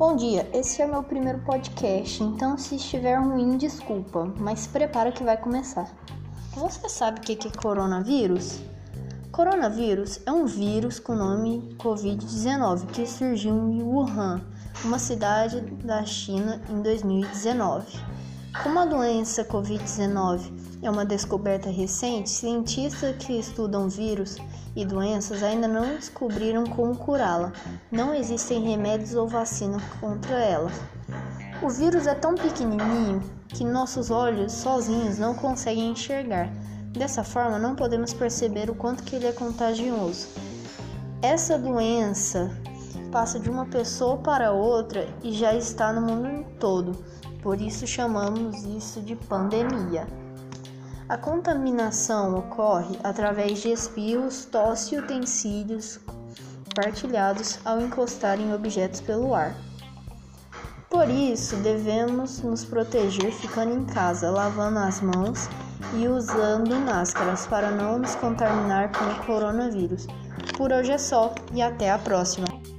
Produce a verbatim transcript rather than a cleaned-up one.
Bom dia, esse é meu primeiro podcast, então se estiver ruim, desculpa, mas se prepara que vai começar. Você sabe o que é coronavírus? Coronavírus é um vírus com o nome covid dezenove que surgiu em Wuhan, uma cidade da China, em dois mil e dezenove. Como a doença covid dezenove é uma descoberta recente, cientistas que estudam vírus e doenças ainda não descobriram como curá-la. Não existem remédios ou vacina contra ela. O vírus é tão pequenininho que nossos olhos sozinhos não conseguem enxergar. Dessa forma, não podemos perceber o quanto que ele é contagioso. Essa doença passa de uma pessoa para outra e já está no mundo todo. Por isso chamamos isso de pandemia. A contaminação ocorre através de espirros, tosse e utensílios partilhados ao encostar em objetos pelo ar. Por isso, devemos nos proteger ficando em casa, lavando as mãos e usando máscaras para não nos contaminar com o coronavírus. Por hoje é só e até a próxima!